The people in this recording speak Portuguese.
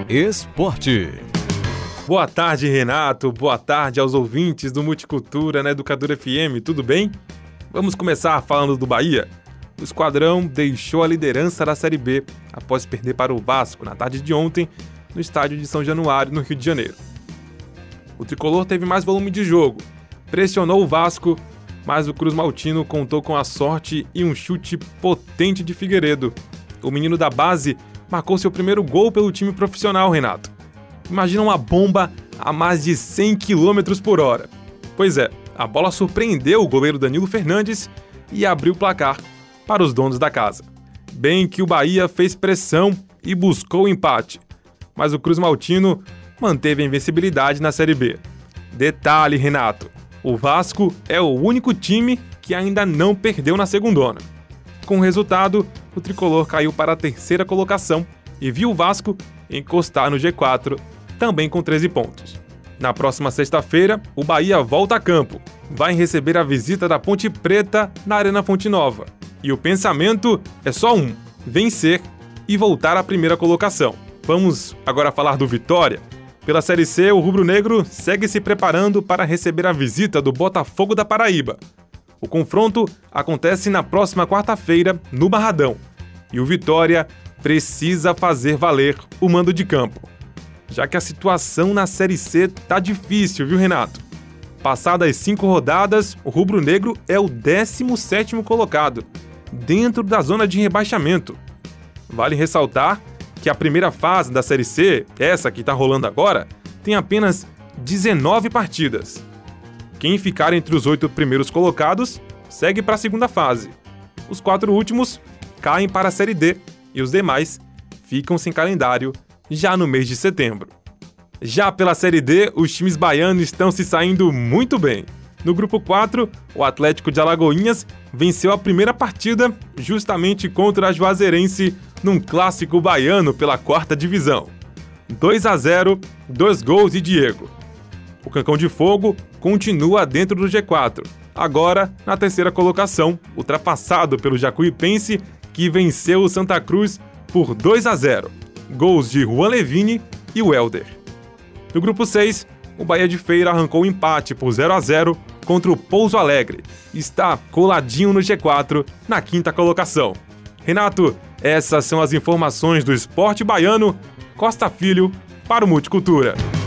Esporte. Boa tarde, Renato. Boa tarde aos ouvintes do Multicultura na Educadora FM. Tudo bem? Vamos começar falando do Bahia. O esquadrão deixou a liderança da Série B após perder para o Vasco na tarde de ontem no estádio de São Januário, no Rio de Janeiro. O tricolor teve mais volume de jogo, pressionou o Vasco, mas o Cruz Maltino contou com a sorte e um chute potente de Figueiredo. O menino da base marcou seu primeiro gol pelo time profissional, Renato. Imagina uma bomba a mais de 100 km por hora. Pois é, a bola surpreendeu o goleiro Danilo Fernandes e abriu o placar para os donos da casa. Bem que o Bahia fez pressão e buscou o empate, mas o Cruz Maltino manteve a invencibilidade na Série B. Detalhe, Renato, o Vasco é o único time que ainda não perdeu na segundona. Com o resultado, o tricolor caiu para a terceira colocação e viu o Vasco encostar no G4, também com 13 pontos. Na próxima sexta-feira, o Bahia volta a campo. Vai receber a visita da Ponte Preta na Arena Fonte Nova. E o pensamento é só um: vencer e voltar à primeira colocação. Vamos agora falar do Vitória. Pela Série C, o rubro-negro segue se preparando para receber a visita do Botafogo da Paraíba. O confronto acontece na próxima quarta-feira, no Barradão. E o Vitória precisa fazer valer o mando de campo, já que a situação na Série C tá difícil, viu, Renato? Passadas 5 rodadas, o rubro-negro é o 17º colocado, dentro da zona de rebaixamento. Vale ressaltar que a primeira fase da Série C, essa que tá rolando agora, tem apenas 19 partidas. Quem ficar entre os 8 primeiros colocados segue para a segunda fase. Os 4 últimos caem para a Série D e os demais ficam sem calendário já no mês de setembro. Já pela Série D, os times baianos estão se saindo muito bem. No grupo 4, o Atlético de Alagoinhas venceu a primeira partida justamente contra a Juazeirense num clássico baiano pela 4ª divisão. 2-0, 2 gols de Diego. O Cancão de Fogo continua dentro do G4, agora na terceira colocação, ultrapassado pelo Jacuipense, que venceu o Santa Cruz por 2-0. Gols de Juan Levine e Welder. No grupo 6, o Bahia de Feira arrancou o empate por 0-0 contra o Pouso Alegre. Está coladinho no G4, na 5ª colocação. Renato, essas são as informações do esporte baiano. Costa Filho para o Multicultura.